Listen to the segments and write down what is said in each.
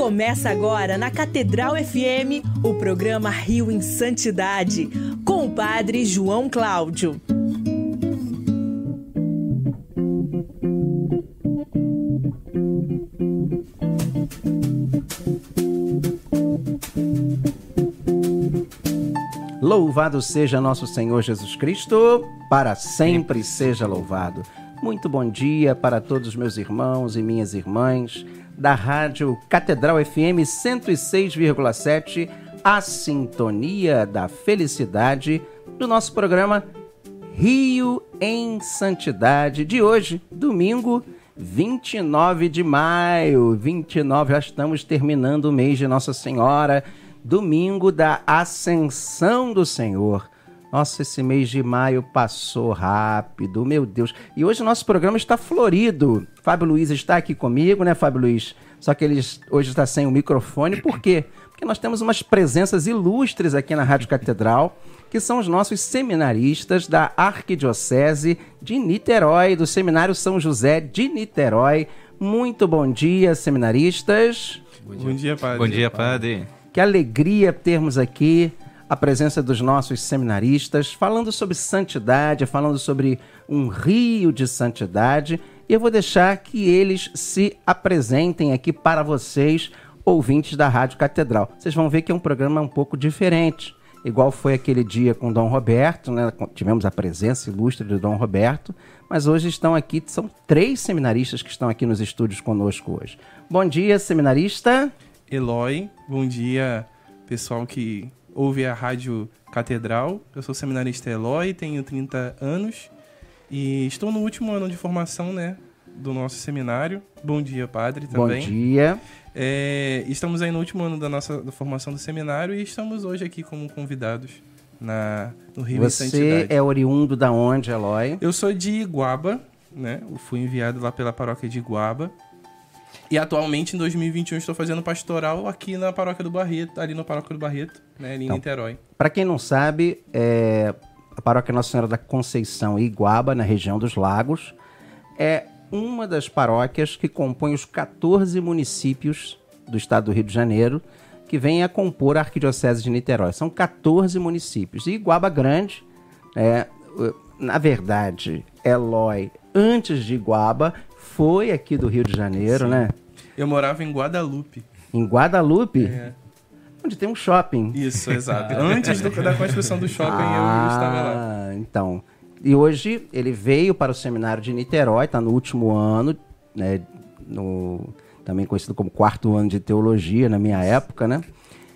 Começa agora na Catedral FM o programa Rio em Santidade, com o padre João Cláudio. Louvado seja nosso Senhor Jesus Cristo, para sempre seja louvado. Muito bom dia para todos os meus irmãos e minhas irmãs da Rádio Catedral FM 106,7, a sintonia da felicidade do nosso programa Rio em Santidade de hoje, domingo 29 de maio. 29, já estamos terminando o mês de Nossa Senhora, domingo da Ascensão do Senhor. Nossa, esse mês de maio passou rápido, meu Deus. E hoje o nosso programa está florido. Fábio Luiz está aqui comigo, né, Fábio Luiz? Só que ele hoje está sem o microfone. Por quê? Porque nós temos umas presenças ilustres aqui na Rádio Catedral, que são os nossos seminaristas da Arquidiocese de Niterói, do Seminário São José de Niterói. Muito bom dia, seminaristas. Bom dia, padre. Bom dia, padre. Que alegria termos aqui a presença dos nossos seminaristas, falando sobre santidade, falando sobre um rio de santidade. E eu vou deixar que eles se apresentem aqui para vocês, ouvintes da Rádio Catedral. Vocês vão ver que é um programa um pouco diferente, igual foi aquele dia com Dom Roberto, né? Tivemos a presença ilustre do Dom Roberto, mas hoje estão aqui, são 3 seminaristas que estão aqui nos estúdios conosco hoje. Bom dia, seminarista. Eloy, bom dia, pessoal que ouve a Rádio Catedral. Eu sou o seminarista Eloy, tenho 30 anos e estou no último ano de formação, né, do nosso seminário. Bom dia, padre, também. Bom dia. Estamos aí no último ano da formação do seminário e estamos hoje aqui como convidados no Rio em Santidade. Você é oriundo da onde, Eloy? Eu sou de Iguaba, né? Eu fui enviado lá pela paróquia de Iguaba. E atualmente, em 2021, estou fazendo pastoral aqui na Paróquia do Barreto, ali no Paróquia do Barreto, né, ali em Niterói. Para quem não sabe, a Paróquia Nossa Senhora da Conceição em Iguaba, na região dos Lagos, é uma das paróquias que compõe os 14 municípios do estado do Rio de Janeiro, que vêm a compor a Arquidiocese de Niterói. São 14 municípios. E Iguaba Grande, na verdade, Eloy, antes de Iguaba, foi aqui do Rio de Janeiro, sim, né? Eu morava em Guadalupe. Em Guadalupe? É. Onde tem um shopping. Isso, exato. Antes da construção do shopping, eu estava lá. Então. E hoje ele veio para o seminário de Niterói, está no último ano, né? Também conhecido como 4º ano de teologia, na minha época, né?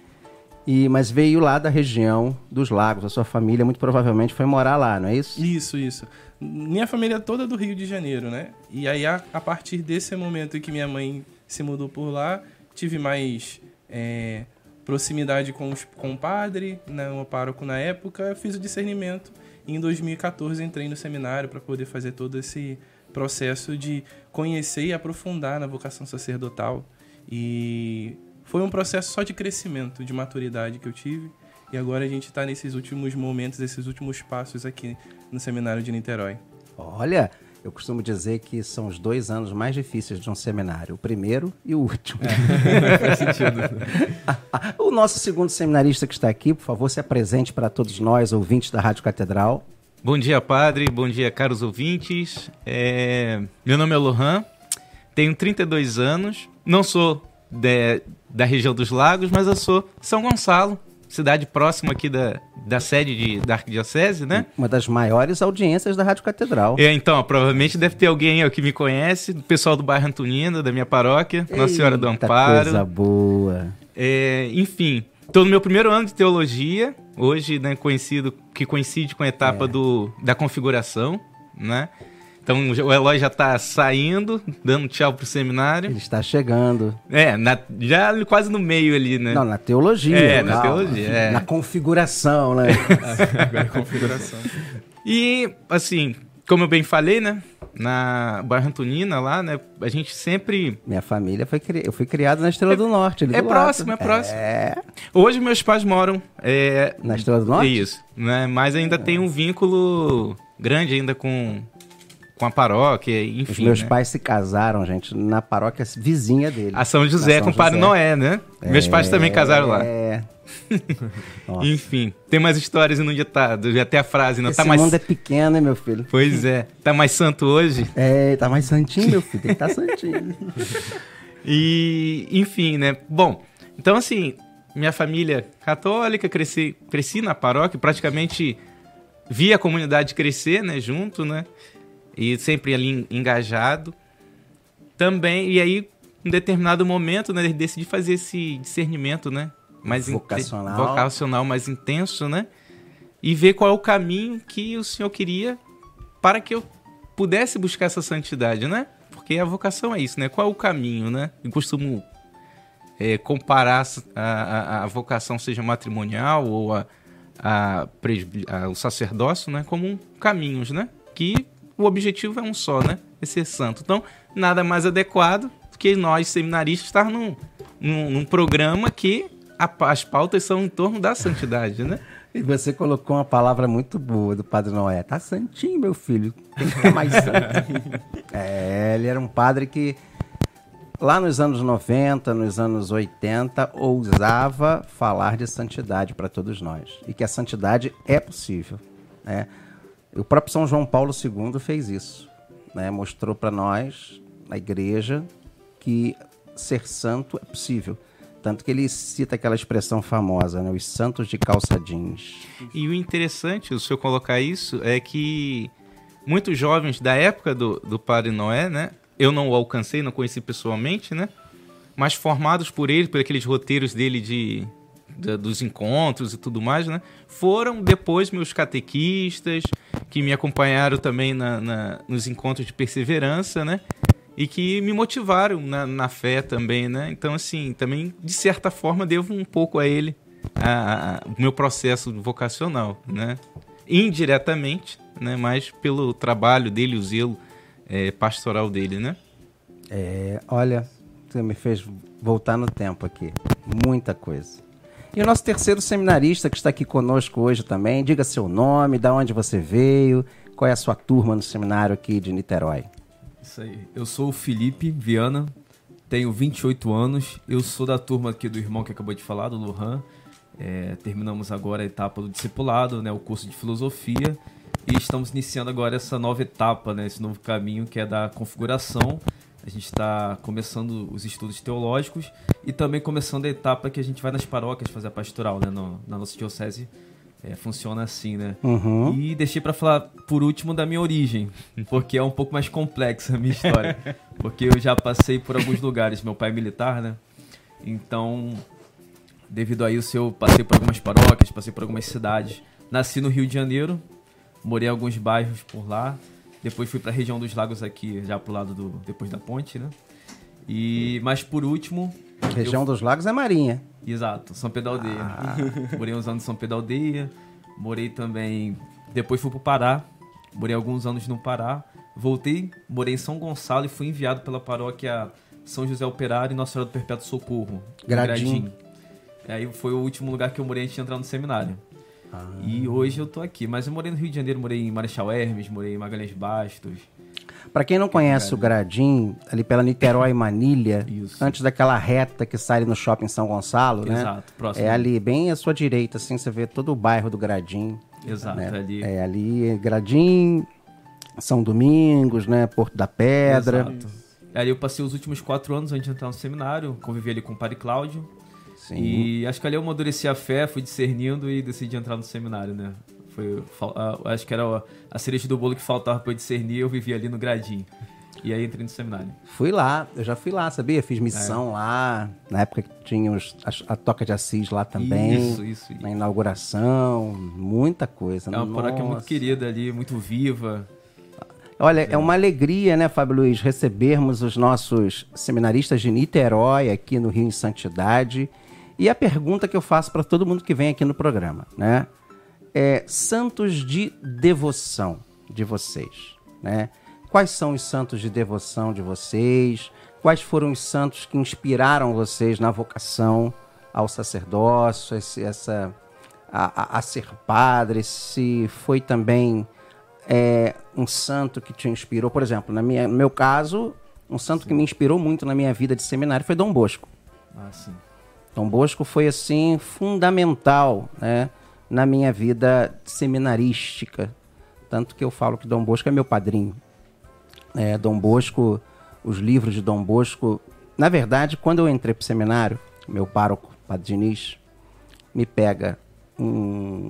Mas veio lá da região dos Lagos. A sua família muito provavelmente foi morar lá, não é isso? Isso. Minha família toda do Rio de Janeiro, né? E aí, a partir desse momento em que minha mãe se mudou por lá, tive mais proximidade com o padre, né, o pároco na época, fiz o discernimento. E em 2014 entrei no seminário para poder fazer todo esse processo de conhecer e aprofundar na vocação sacerdotal. E foi um processo só de crescimento, de maturidade que eu tive. E agora a gente está nesses últimos momentos, esses últimos passos aqui no seminário de Niterói. Olha, eu costumo dizer que são os 2 anos mais difíceis de um seminário, o primeiro e o último. Faz sentido. O nosso segundo seminarista que está aqui, por favor, se apresente para todos nós, ouvintes da Rádio Catedral. Bom dia, padre. Bom dia, caros ouvintes. Meu nome é Lohan, tenho 32 anos, não sou da região dos Lagos, mas eu sou São Gonçalo, cidade próxima aqui da sede da Arquidiocese, né? Uma das maiores audiências da Rádio Catedral. Então, provavelmente deve ter alguém aí que me conhece, o pessoal do bairro Antonina, da minha paróquia, Nossa Senhora do Amparo. Coisa boa. Enfim, estou no meu primeiro ano de teologia, hoje, né, que coincide com a etapa da configuração, né? Então o Eloy já está saindo, dando tchau pro seminário. Ele está chegando. Já quase no meio ali, né? Não, na teologia. Na teologia. Na configuração, né? Agora é configuração. E, assim, como eu bem falei, né? Na Bairro Antonina, lá, né? A gente sempre... Minha família eu fui criado na Estrela do Norte. Ali do próximo. Hoje meus pais moram... na Estrela do Norte? Isso. Né? Mas ainda tem um vínculo grande ainda com com a paróquia, enfim. Os meus né? pais se casaram, gente, na paróquia vizinha dele. A São José com o Padre Noé, né? Meus pais também casaram lá. Enfim, tem mais histórias no ditado, já até a frase. Não Esse tá mais... mundo é pequeno, hein, meu filho? Pois é. Tá mais santo hoje? Tá mais santinho, meu filho. Tem que estar santinho. E, enfim, né? Bom, então assim, minha família católica, cresci na paróquia, praticamente vi a comunidade crescer, né, junto, né? E sempre ali engajado. Também, e aí, em determinado momento, né, decidi fazer esse discernimento, né? Mais vocacional, mais intenso, né? E ver qual é o caminho que o Senhor queria para que eu pudesse buscar essa santidade, né? Porque a vocação é isso, né? Qual é o caminho, né? Eu costumo comparar a vocação, seja matrimonial ou o sacerdócio, né? Como caminhos, né? Que o objetivo é um só, né? É ser santo. Então, nada mais adequado do que nós, seminaristas, estar num programa que as pautas são em torno da santidade, né? E você colocou uma palavra muito boa do Padre Noé. Tá santinho, meu filho. Tem que ficar mais santo. Ele era um padre que, lá nos anos 90, nos anos 80, ousava falar de santidade para todos nós. E que a santidade é possível, né? O próprio São João Paulo II fez isso, né? Mostrou para nós, na igreja, que ser santo é possível. Tanto que ele cita aquela expressão famosa, né? Os santos de calça jeans. E o interessante, o senhor colocar isso, é que muitos jovens da época do Padre Noé, né? Eu não o alcancei, não conheci pessoalmente, né? Mas formados por ele, por aqueles roteiros dele dos encontros e tudo mais, né? Foram depois meus catequistas, que me acompanharam também nos encontros de perseverança, né? E que me motivaram na fé também, né? Então, assim, também, de certa forma, devo um pouco a ele o meu processo vocacional, né? Indiretamente, né? Mas pelo trabalho dele, o zelo pastoral dele, né? Olha, você me fez voltar no tempo aqui. Muita coisa. E o nosso terceiro seminarista que está aqui conosco hoje também, diga seu nome, de onde você veio, qual é a sua turma no seminário aqui de Niterói. Isso aí. Eu sou o Felipe Viana, tenho 28 anos, eu sou da turma aqui do irmão que acabou de falar, do Lohan. Terminamos agora a etapa do discipulado, né, o curso de filosofia, e estamos iniciando agora essa nova etapa, né, esse novo caminho que é da configuração. A gente está começando os estudos teológicos e também começando a etapa que a gente vai nas paróquias fazer a pastoral, né, na nossa diocese. Funciona assim, né? Uhum. E deixei para falar por último da minha origem, porque é um pouco mais complexa a minha história. Porque eu já passei por alguns lugares, meu pai é militar, né? Então, devido a isso, eu passei por algumas paróquias, passei por algumas cidades. Nasci no Rio de Janeiro, morei em alguns bairros por lá. Depois fui para a região dos Lagos aqui, já pro lado depois da ponte, né? Mas por último... Região dos Lagos é Marinha. Exato, São Pedro da Aldeia. Morei uns anos em São Pedro da Aldeia. Morei também... Depois fui pro Pará. Morei alguns anos no Pará. Voltei, morei em São Gonçalo e fui enviado pela paróquia São José Operário e Nossa Senhora do Perpétuo Socorro. Gradim. Aí foi o último lugar que eu morei antes de entrar no seminário. E hoje eu tô aqui. Mas eu morei no Rio de Janeiro, morei em Marechal Hermes, morei em Magalhães Bastos. Para quem não conhece o Gradim, ali pela Niterói Manilha, antes daquela reta que sai no shopping São Gonçalo, né? Exato, próximo. É ali, bem à sua direita, assim, você vê todo o bairro do Gradim. Exato, né? ali. Ali, Gradim, São Domingos, né? Porto da Pedra. Exato. Ali eu passei os últimos 4 anos antes de entrar no seminário, convivi ali com o Padre Cláudio. Sim. E acho que ali eu amadureci a fé, fui discernindo e decidi entrar no seminário, né? Acho que era a cereja do bolo que faltava para eu discernir, eu vivia ali no Gradim. E aí entrei no seminário. Fui lá, eu já fui lá, sabia? Fiz missão lá, na época que tinha a Toca de Assis lá também. Isso. Na inauguração, muita coisa. É uma paróquia muito querida ali, muito viva. Olha, é uma alegria, né, Fábio Luiz, recebermos os nossos seminaristas de Niterói aqui no Rio em Santidade. E a pergunta que eu faço para todo mundo que vem aqui no programa, né? Santos de devoção de vocês, né? Quais são os santos de devoção de vocês? Quais foram os santos que inspiraram vocês na vocação ao sacerdócio, a ser padre? Se foi também um santo que te inspirou? Por exemplo, no meu caso, um santo que me inspirou muito na minha vida de seminário foi Dom Bosco. Ah, sim. Dom Bosco foi, assim, fundamental, né, na minha vida seminarística. Tanto que eu falo que Dom Bosco é meu padrinho. Dom Bosco, os livros de Dom Bosco... Na verdade, quando eu entrei para o seminário, meu pároco, Padre Diniz, me pega um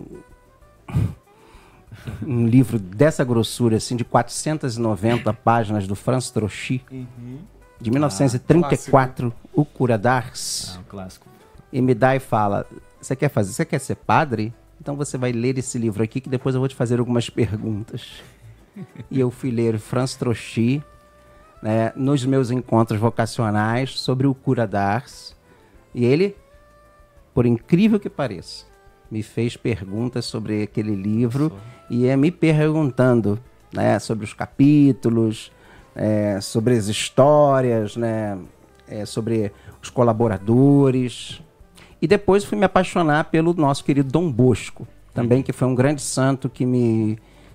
livro dessa grossura, assim, de 490 páginas, do Franz Trochi, de 1934, O Cura d'Ars, um clássico. e me dá e fala, você quer ser padre? Então você vai ler esse livro aqui, que depois eu vou te fazer algumas perguntas. E eu fui ler Franz Trochi, né, nos meus encontros vocacionais sobre o Cura d'Ars, e ele, por incrível que pareça, me fez perguntas sobre aquele livro e ia me perguntando, né, sobre os capítulos, sobre as histórias, né, sobre os colaboradores. E depois fui me apaixonar pelo nosso querido Dom Bosco, também, que foi um grande santo que me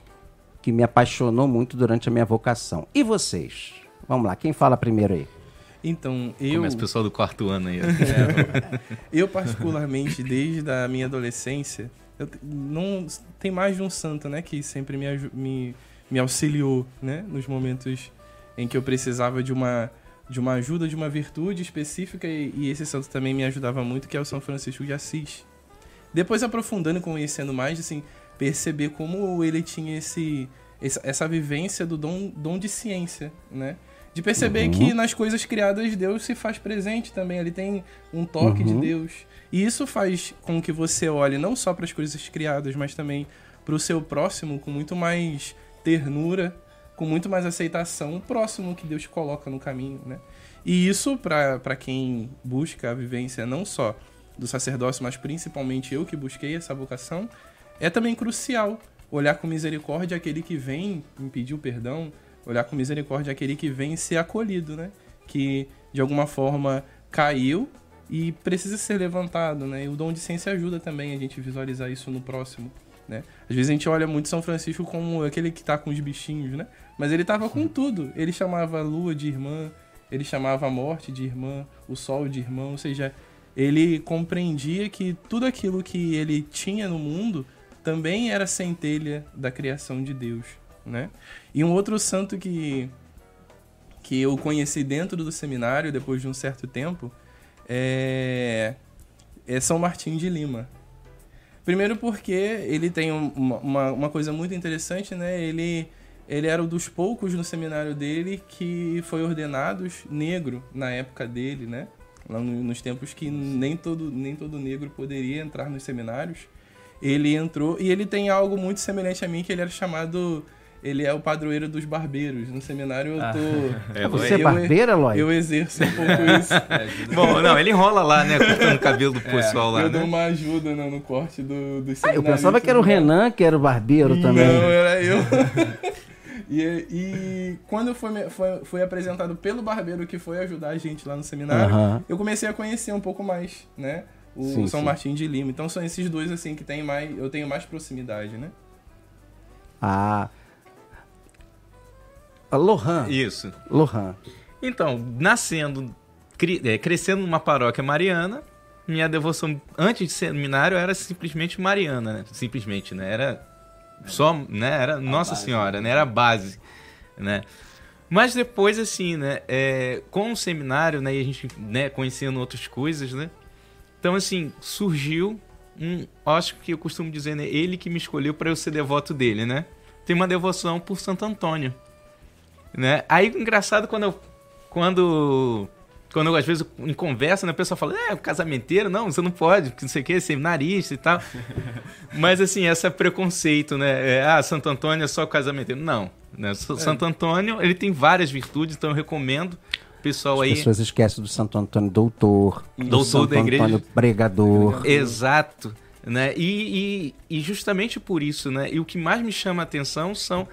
apaixonou muito durante a minha vocação. E vocês? Vamos lá, quem fala primeiro aí? Então, Começa o pessoal do quarto ano aí. Eu particularmente, desde a minha adolescência, tem mais de um santo, né, que sempre me auxiliou, né, nos momentos em que eu precisava de uma ajuda, de uma virtude específica, e esse santo também me ajudava muito, que é o São Francisco de Assis. Depois, aprofundando e conhecendo mais, assim, perceber como ele tinha essa vivência do dom de ciência, né? De perceber que nas coisas criadas Deus se faz presente também, ele tem um toque de Deus. E isso faz com que você olhe não só para as coisas criadas, mas também para o seu próximo com muito mais ternura, com muito mais aceitação, o próximo que Deus coloca no caminho, né? E isso, para quem busca a vivência não só do sacerdócio, mas principalmente eu que busquei essa vocação, é também crucial olhar com misericórdia aquele que vem me pedir o perdão, olhar com misericórdia aquele que vem ser acolhido, né? Que, de alguma forma, caiu e precisa ser levantado, né? E o dom de ciência ajuda também a gente visualizar isso no próximo, né? Às vezes a gente olha muito São Francisco como aquele que tá com os bichinhos, né? Mas ele tava com tudo. Ele chamava a lua de irmã, ele chamava a morte de irmã, o sol de irmão, ou seja, ele compreendia que tudo aquilo que ele tinha no mundo também era centelha da criação de Deus, né? E um outro santo que eu conheci dentro do seminário, depois de um certo tempo, é São Martim de Lima. Primeiro porque ele tem uma coisa muito interessante, né? Ele era um dos poucos no seminário dele que foi ordenado negro na época dele, né? Lá nos tempos que nem todo negro poderia entrar nos seminários. Ele entrou e ele tem algo muito semelhante a mim, que ele era chamado... Ele é o padroeiro dos barbeiros. No seminário eu tô... Você é barbeiro, Eloy? Eu exerço um pouco isso. Bom, não, ele enrola lá, né? Cortando o cabelo do pessoal lá, eu né? dou uma ajuda no corte dos Eu seminários. pensava que era o Renan, que era o barbeiro também. Não, era eu. E quando foi apresentado pelo barbeiro que foi ajudar a gente lá no seminário, eu comecei a conhecer um pouco mais, né? O São Martim de Lima. Então são esses dois, assim, que eu tenho mais proximidade, né? Ah... Lohan. Isso. Lohan. Então, crescendo numa paróquia mariana, minha devoção antes de seminário era simplesmente mariana, né? Simplesmente, né? Era só, né? Era Nossa base, Senhora, né? Era a base, né? Mas depois, assim, né? Com o seminário, né? E a gente, né? Conhecendo outras coisas, né? Então, assim, surgiu acho que eu costumo dizer, né? Ele que me escolheu para eu ser devoto dele, né? Tem uma devoção por Santo Antônio. Né? Aí, engraçado, quando às vezes em conversa, né, a pessoa fala, casamenteiro, não, você não pode, porque não sei o que, seminarista e tal. Mas, assim, esse preconceito, né? Santo Antônio é só casamenteiro. Não, né? Santo Antônio, ele tem várias virtudes, então eu recomendo o pessoal aí... As pessoas esquecem do Santo Antônio doutor, do Santo da igreja. Antônio pregador. Exato, né? E justamente por isso, né? E o que mais me chama a atenção são...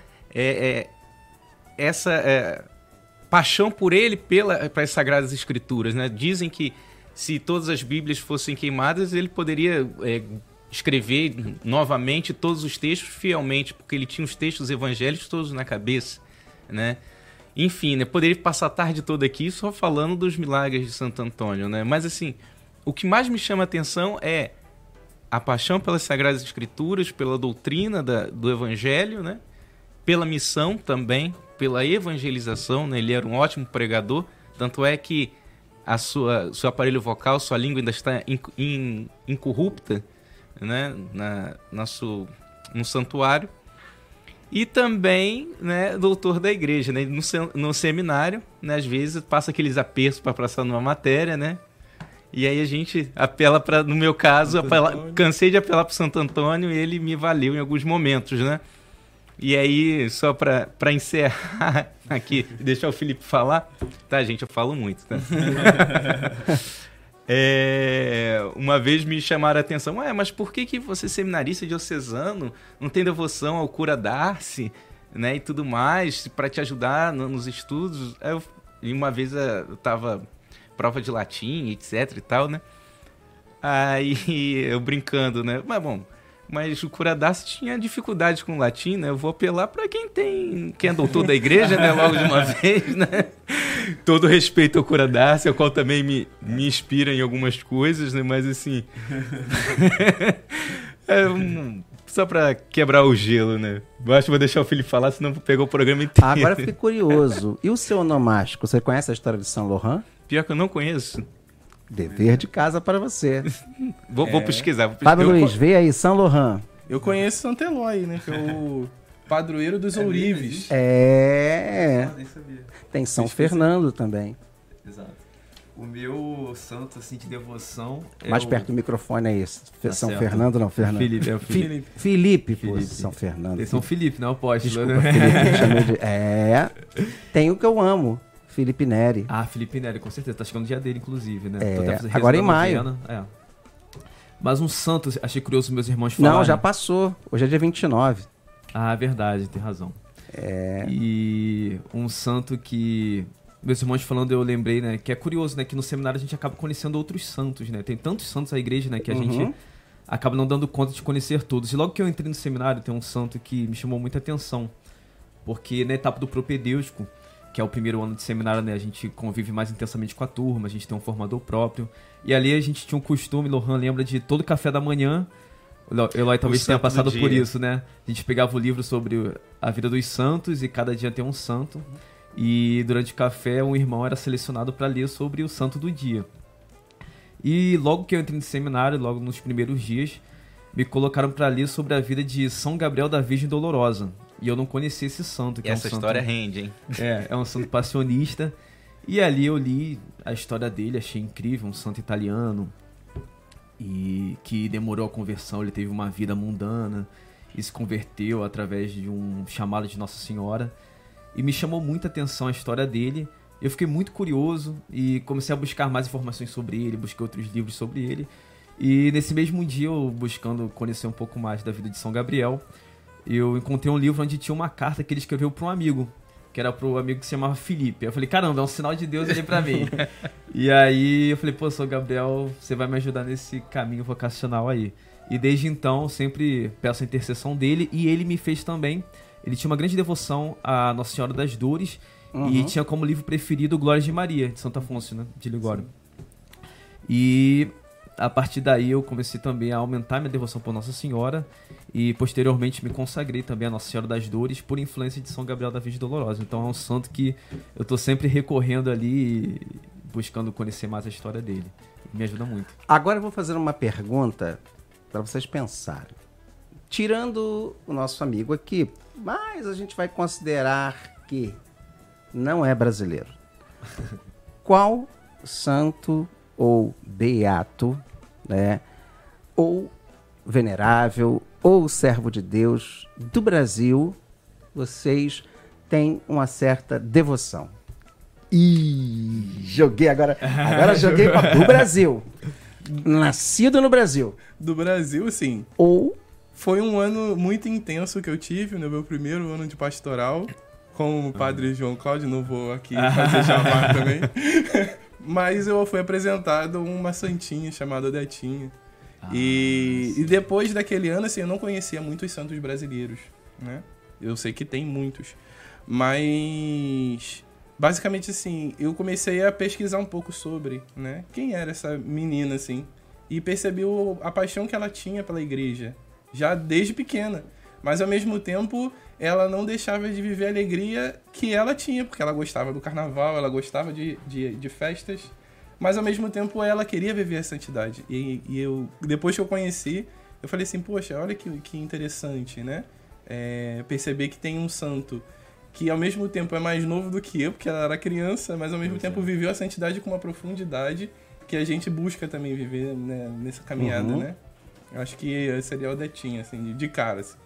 essa paixão por ele pelas Sagradas Escrituras, né? Dizem que se todas as Bíblias fossem queimadas, ele poderia escrever novamente todos os textos fielmente, porque ele tinha os textos evangélicos todos na cabeça, né? Enfim, né, poderia passar a tarde toda aqui só falando dos milagres de Santo Antônio, né? Mas assim, o que mais me chama a atenção é a paixão pelas Sagradas Escrituras, pela doutrina do Evangelho, né? Pela missão também, pela evangelização, né? Ele era um ótimo pregador, tanto é que seu aparelho vocal, sua língua ainda está incorrupta, né? No santuário. E também, né, doutor da igreja, né? No seminário, né, às vezes passa aqueles apertos para passar numa matéria, né? E aí a gente apela para, no meu caso, cansei de apelar para Santo Antônio e ele me valeu em alguns momentos, né? E aí, só para encerrar aqui, deixar o Felipe falar, tá, gente? Eu falo muito, tá? Uma vez me chamaram a atenção, mas por que você, seminarista diocesano, não tem devoção ao cura Darcy, né, e tudo mais, para te ajudar nos estudos? E uma vez eu tava prova de latim, etc e tal, né? Aí eu brincando, né? Mas o cura Darcy tinha dificuldade com o latim, né? Eu vou apelar para quem é doutor da igreja, né? Logo de uma vez, né? Todo respeito ao cura Darcy, ao qual também me inspira em algumas coisas, né? Mas assim... só para quebrar o gelo, né? Eu acho que vou deixar o Felipe falar, senão vou pegar o programa inteiro. Agora eu fiquei curioso. E o seu onomástico? Você conhece a história de São Laurent? Pior que eu não conheço. Dever de casa para você. Vou pesquisar. Fábio Luiz, vê aí, São Laurent. Eu conheço Santo Eloy, né? Que é o padroeiro dos ourives. Nem sabia. Tem São Fernando também. Exato. O meu santo, assim, de devoção Mais perto do microfone é esse. São certo. Fernando, não, Fernando. Felipe, é o Felipe. Felipe, pô, São Fernando. Tem São Felipe, não é o apóstolo. Desculpa, Felipe, chamei de... Tem o que eu amo. Felipe Neri. Ah, Felipe Neri, com certeza. Tá chegando o dia dele, inclusive, né? Agora em maio. Mas um santo, achei curioso meus irmãos falarem. Não, já passou. Hoje é dia 29. Ah, verdade, tem razão. E um santo que... Meus irmãos falando, eu lembrei, né? Que é curioso, né? Que no seminário a gente acaba conhecendo outros santos, né? Tem tantos santos na igreja, né? Que a gente acaba não dando conta de conhecer todos. E logo que eu entrei no seminário, tem um santo que me chamou muita atenção. Porque na etapa do propedêutico, que é o primeiro ano de seminário, né? A gente convive mais intensamente com a turma, a gente tem um formador próprio. E ali a gente tinha um costume, Lohan lembra, de todo café da manhã. O Eloy talvez tenha passado por isso, né? A gente pegava o livro sobre a vida dos santos e cada dia tem um santo. E durante o café, um irmão era selecionado para ler sobre o santo do dia. E logo que eu entrei no seminário, logo nos primeiros dias, me colocaram para ler sobre a vida de São Gabriel da Virgem Dolorosa. E eu não conhecia esse santo. Que essa é um história santo, rende, hein? É um santo passionista. E ali eu li a história dele, achei incrível, um santo italiano. E que demorou a conversão, ele teve uma vida mundana e se converteu através de um chamado de Nossa Senhora. E me chamou muita atenção a história dele. Eu fiquei muito curioso e comecei a buscar mais informações sobre ele, busquei outros livros sobre ele. E nesse mesmo dia, eu buscando conhecer um pouco mais da vida de São Gabriel, eu encontrei um livro onde tinha uma carta que ele escreveu para um amigo, que era para o amigo que se chamava Felipe. Eu falei, caramba, é um sinal de Deus ali para mim. E aí eu falei, São Gabriel, você vai me ajudar nesse caminho vocacional aí. E desde então, eu sempre peço a intercessão dele e ele me fez também. Ele tinha uma grande devoção à Nossa Senhora das Dores e tinha como livro preferido Glórias de Maria, de Santo Afonso, né, de Ligório. E a partir daí eu comecei também a aumentar minha devoção por Nossa Senhora e posteriormente me consagrei também a Nossa Senhora das Dores por influência de São Gabriel da Virgem Dolorosa. Então é um santo que eu estou sempre recorrendo ali, buscando conhecer mais a história dele. Me ajuda muito. Agora eu vou fazer uma pergunta para vocês pensarem. Tirando o nosso amigo aqui, mas a gente vai considerar que não é brasileiro. Qual santo ou beato, né, ou venerável, ou servo de Deus do Brasil, vocês têm uma certa devoção? Joguei agora joguei do Brasil. Nascido no Brasil. Do Brasil, sim. Ou... Foi um ano muito intenso que eu tive, no meu primeiro ano de pastoral, com o padre João Cláudio, não vou aqui fazer jabá também. Mas eu fui apresentado uma santinha chamada Odetinha. E depois daquele ano, assim, eu não conhecia muitos santos brasileiros, né? Eu sei que tem muitos. Mas, basicamente, assim, eu comecei a pesquisar um pouco sobre, né? Quem era essa menina, assim. E percebi a paixão que ela tinha pela igreja, já desde pequena. Mas, ao mesmo tempo, ela não deixava de viver a alegria que ela tinha, porque ela gostava do carnaval, ela gostava de festas. Mas, ao mesmo tempo, ela queria viver a santidade. E eu, depois que eu conheci, eu falei assim, poxa, olha que interessante, né? Perceber que tem um santo que, ao mesmo tempo, é mais novo do que eu, porque ela era criança, mas, ao mesmo tempo, viveu a santidade com uma profundidade que a gente busca também viver, né, nessa caminhada, né? Acho que seria o Odetinho, assim, de cara, assim.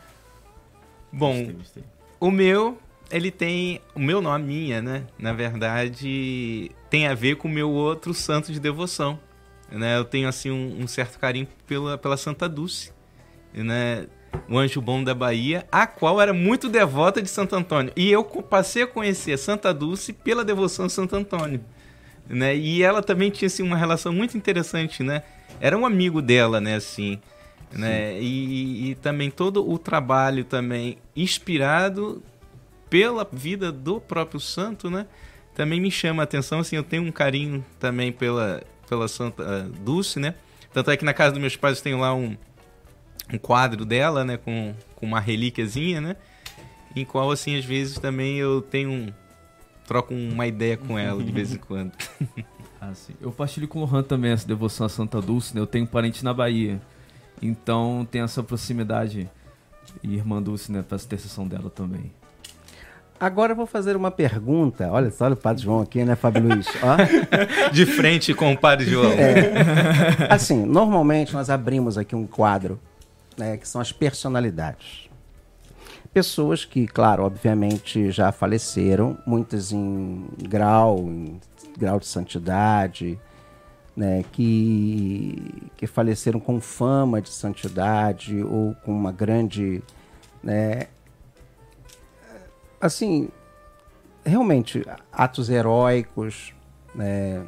Bom, Gostei. o meu, ele tem... O meu não, a minha, né? Na verdade, tem a ver com o meu outro santo de devoção. Né? Eu tenho, assim, um certo carinho pela Santa Dulce, né? O anjo bom da Bahia, a qual era muito devota de Santo Antônio. E eu passei a conhecer a Santa Dulce pela devoção de Santo Antônio. Né? E ela também tinha, assim, uma relação muito interessante, né? Era um amigo dela, né, assim... Né? E também todo o trabalho também inspirado pela vida do próprio santo, né? Também me chama a atenção, assim, eu tenho um carinho também pela Santa Dulce, né? Tanto é que na casa dos meus pais eu tenho lá um quadro dela, né? Com uma relíquiazinha, né? Em qual, assim, às vezes também eu troco uma ideia com ela de vez em quando. Sim. Eu partilho com o Lohan também essa devoção a Santa Dulce, né? Eu tenho parente na Bahia. Então tem essa proximidade e irmã Dulce, né, para essa intercessão dela também. Agora eu vou fazer uma pergunta. Olha só, olha o Padre João aqui, né, Fábio Luiz? Ó. De frente com o Padre João. Assim, normalmente nós abrimos aqui um quadro, né, que são as personalidades. Pessoas que, claro, obviamente já faleceram, muitas em grau de santidade, né, que faleceram com fama de santidade ou com uma grande, né, assim, realmente atos heróicos, né?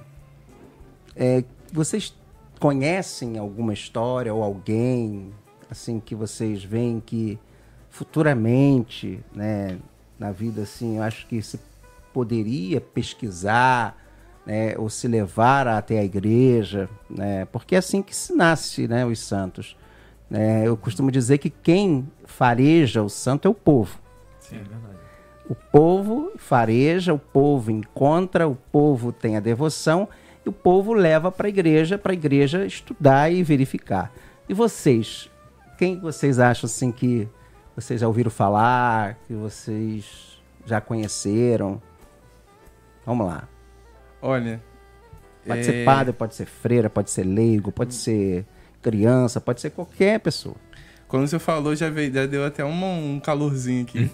Vocês conhecem alguma história ou alguém assim que vocês veem que futuramente, né, na vida, assim, eu acho que se poderia pesquisar, né, ou se levar até a igreja, né, porque é assim que se nasce, né, os santos. Eu costumo dizer que quem fareja o santo é o povo. Sim, é verdade. O povo fareja, o povo encontra, o povo tem a devoção e o povo leva para a igreja estudar e verificar. E vocês, quem vocês acham assim que vocês já ouviram falar, que vocês já conheceram? Vamos lá. Olha... Pode ser padre, pode ser freira, pode ser leigo, pode ser criança, pode ser qualquer pessoa. Quando você falou, já deu até um calorzinho aqui.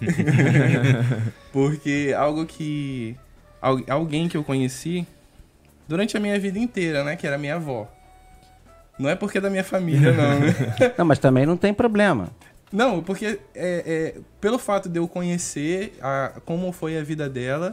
Porque alguém que eu conheci durante a minha vida inteira, né? Que era minha avó. Não é porque é da minha família, não, né? Não, mas também não tem problema. Não, porque pelo fato de eu conhecer como foi a vida dela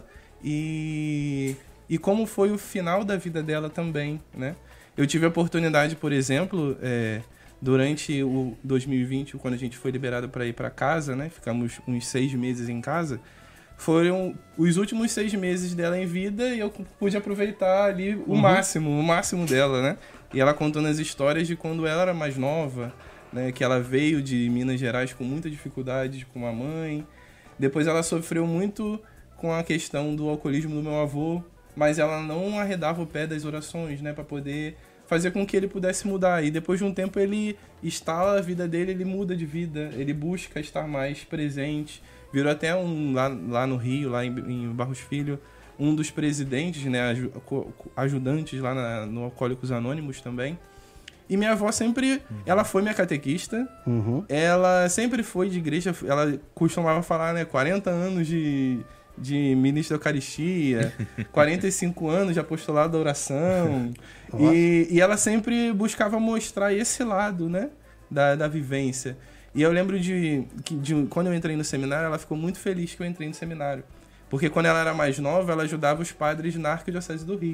e como foi o final da vida dela também, né? Eu tive a oportunidade, por exemplo, durante o 2020, quando a gente foi liberado para ir para casa, né? Ficamos uns 6 meses em casa. Foram os últimos 6 meses dela em vida e eu pude aproveitar ali o máximo dela, né? E ela contando as histórias de quando ela era mais nova, né? Que ela veio de Minas Gerais com muita dificuldade com a mãe. Depois ela sofreu muito com a questão do alcoolismo do meu avô, mas ela não arredava o pé das orações, né? Para poder fazer com que ele pudesse mudar. E depois de um tempo ele instala a vida dele, ele muda de vida, ele busca estar mais presente. Virou até lá no Rio, lá em Barros Filho, um dos presidentes, né, ajudantes lá no Alcoólicos Anônimos também. E minha avó sempre, ela foi minha catequista, ela sempre foi de igreja, ela costumava falar, né, 40 anos de ministro da Eucaristia, 45 anos de apostolado da oração, e ela sempre buscava mostrar esse lado, né, da vivência. E eu lembro de quando eu entrei no seminário, ela ficou muito feliz que eu entrei no seminário. Porque quando ela era mais nova, ela ajudava os padres na Arquidiocese do Rio.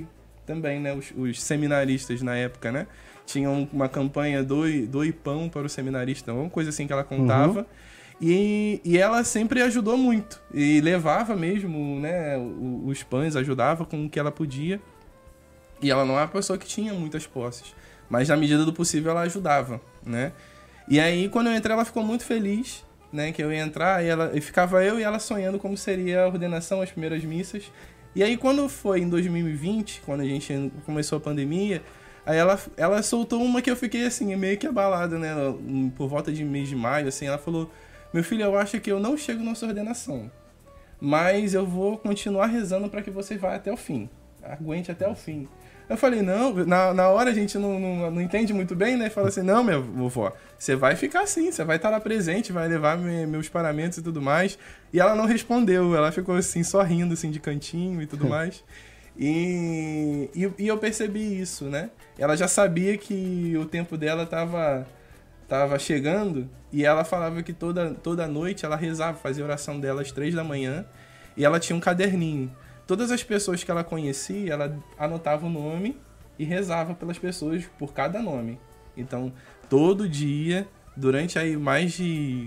também, né? Os seminaristas na época, né? Tinham uma campanha doe pão para o seminarista, uma coisa assim que ela contava. E ela sempre ajudou muito. E levava mesmo, né, os pães, ajudava com o que ela podia. E ela não é uma pessoa que tinha muitas posses. Mas na medida do possível ela ajudava, né? E aí quando eu entrei ela ficou muito feliz, né, que eu ia entrar. E ficava eu e ela sonhando como seria a ordenação, as primeiras missas. E aí quando foi em 2020, quando a gente começou a pandemia... Aí ela soltou uma que eu fiquei assim, meio que abalada, né? Por volta de mês de maio, assim, ela falou: meu filho, eu acho que eu não chego na sua ordenação, mas eu vou continuar rezando para que você vá até o fim. Aguente até o fim. Eu falei, não, na hora a gente não entende muito bem, né? Fala assim, não, minha vovó, você vai ficar assim, você vai estar lá presente, vai levar meus paramentos e tudo mais. E ela não respondeu, ela ficou assim, só rindo, assim, de cantinho e tudo mais. E eu percebi isso, né? Ela já sabia que o tempo dela tava chegando, e ela falava que toda noite ela rezava, fazia a oração dela às 3 da manhã, e ela tinha um caderninho. Todas as pessoas que ela conhecia, ela anotava o nome e rezava pelas pessoas por cada nome. Então, todo dia, durante aí mais de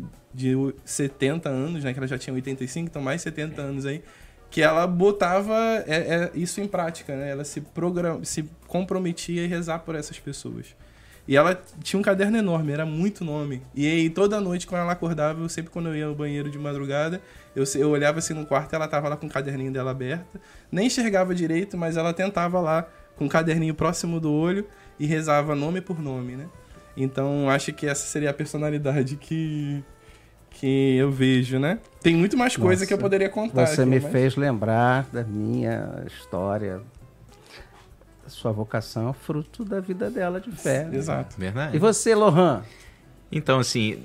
70 anos, né? Que ela já tinha 85, então mais 70 anos aí, que ela botava isso em prática, né? Ela se comprometia a rezar por essas pessoas. E ela tinha um caderno enorme, era muito nome. E aí, toda noite, quando ela acordava, sempre quando eu ia ao banheiro de madrugada, eu olhava assim no quarto e ela tava lá com o caderninho dela aberto. Nem enxergava direito, mas ela tentava lá, com o caderninho próximo do olho, e rezava nome por nome, né? Então, acho que essa seria a personalidade que eu vejo, né? Tem muito mais coisa que eu poderia contar. Você me fez lembrar da minha história. Sua vocação é fruto da vida dela de fé. Exato. Né? Verdade. E você, Lohan? Então, assim,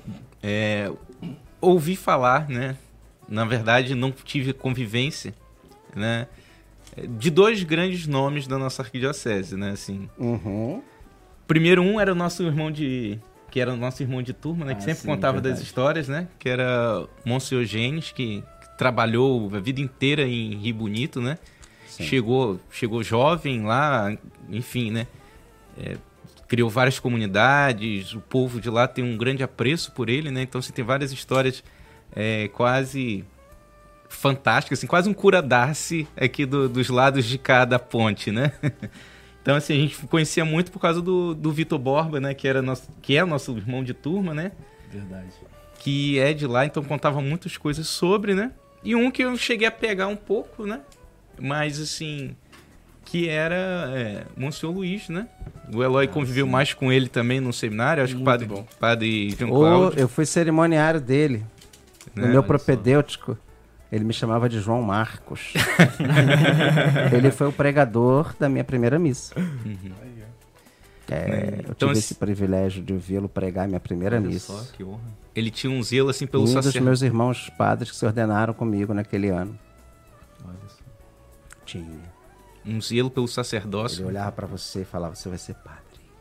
ouvi falar, né? Na verdade, não tive convivência, né? De dois grandes nomes da nossa arquidiocese, né? Assim, primeiro era o nosso irmão que era o nosso irmão de turma, né? Que sempre contava das histórias, né? Que era Monsenhor Gênesis, que trabalhou a vida inteira em Rio Bonito, né? Chegou jovem lá, enfim, né? Criou várias comunidades, o povo de lá tem um grande apreço por ele, né? Então, assim, tem várias histórias quase fantásticas, assim, quase um cura-darce aqui dos lados de cada ponte, né? Então, assim, a gente conhecia muito por causa do Vitor Borba, né? Que é o nosso irmão de turma, né? Verdade. Que é de lá, então contava muitas coisas sobre, né? E um que eu cheguei a pegar um pouco, né? Mas, assim, que era Monsenhor Luiz, né? O Eloy conviveu mais com ele também no seminário. Acho que o padre João Cláudio. Eu fui cerimoniário dele, no meu propedêutico. Ele me chamava de João Marcos. Ele foi o pregador da minha primeira missa. Eu Então, tive esse privilégio de ouvi-lo pregar minha primeira missa. Só, que honra. Ele tinha um zelo, assim, pelo Um dos sacerdote. meus irmãos padres que se ordenaram comigo naquele ano. Olha só. Tinha. Um zelo pelo sacerdócio. Ele olhava pra você e falava: você vai ser padre.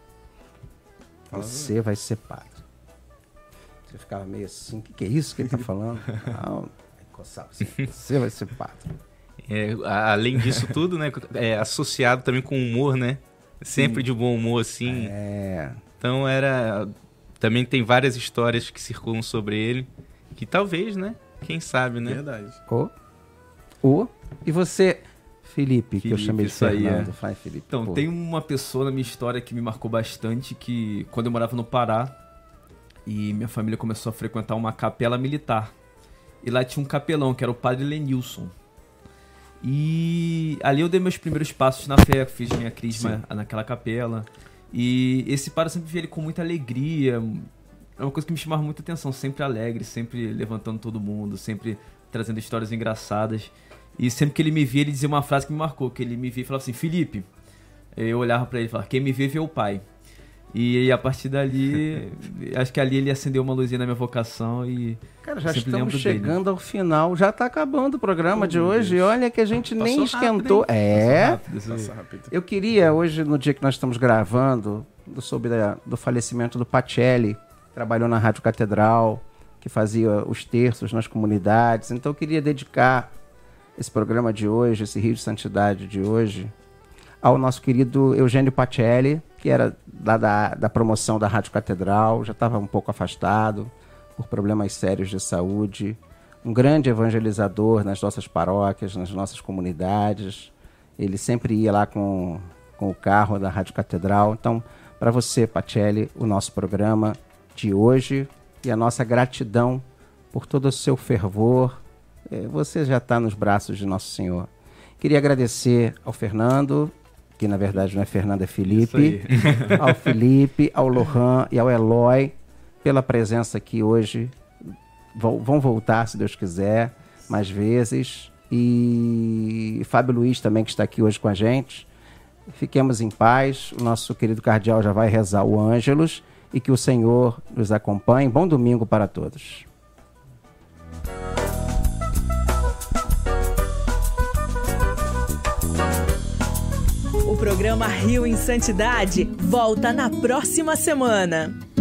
Você vai ser padre. Você ficava meio assim: o que é isso que ele tá falando? Não, aí coçava assim: você vai ser padre. Além disso tudo, né? Associado também com humor, né? Sempre de bom humor, assim. Então também tem várias histórias que circulam sobre ele. Que talvez, né? Quem sabe, né? Verdade. E você, Felipe, que eu chamei de isso aí, Fernando. Vai, Felipe. Então, tem uma pessoa na minha história que me marcou bastante, que quando eu morava no Pará, e minha família começou a frequentar uma capela militar. E lá tinha um capelão, que era o padre Lenilson. E ali eu dei meus primeiros passos na fé, fiz minha crisma naquela capela. E esse padre, eu sempre vi ele com muita alegria. É uma coisa que me chamava muita atenção, sempre alegre, sempre levantando todo mundo, sempre trazendo histórias engraçadas. E sempre que ele me via, ele dizia uma frase que me marcou, que ele me via e falava assim: Felipe, eu olhava pra ele e falava: quem me vê o pai. E a partir dali, acho que ali ele acendeu uma luzinha na minha vocação e... Cara, já estamos chegando ao final, já tá acabando o programa de hoje. E olha que a gente nem esquentou. Passa rápido. Eu queria, hoje, no dia que nós estamos gravando, soube do falecimento do Pacelli, trabalhou na Rádio Catedral, que fazia os terços nas comunidades. Então eu queria dedicar esse programa de hoje, esse Rio de Santidade de hoje, ao nosso querido Eugênio Pacelli, que era da promoção da Rádio Catedral, já estava um pouco afastado por problemas sérios de saúde, um grande evangelizador nas nossas paróquias, nas nossas comunidades. Ele sempre ia lá com o carro da Rádio Catedral. Então, para você, Pacelli, o nosso programa de hoje e a nossa gratidão por todo o seu fervor. Você já está nos braços de Nosso Senhor. Queria agradecer ao Fernando, que na verdade não é Fernando, é Felipe, ao Felipe, ao Lohan e ao Eloy, pela presença aqui hoje. Vão voltar, se Deus quiser, mais vezes. E Fábio Luiz também, que está aqui hoje com a gente. Fiquemos em paz. O nosso querido cardeal já vai rezar o Ângelus e que o Senhor nos acompanhe. Bom domingo para todos. O programa Rio em Santidade volta na próxima semana.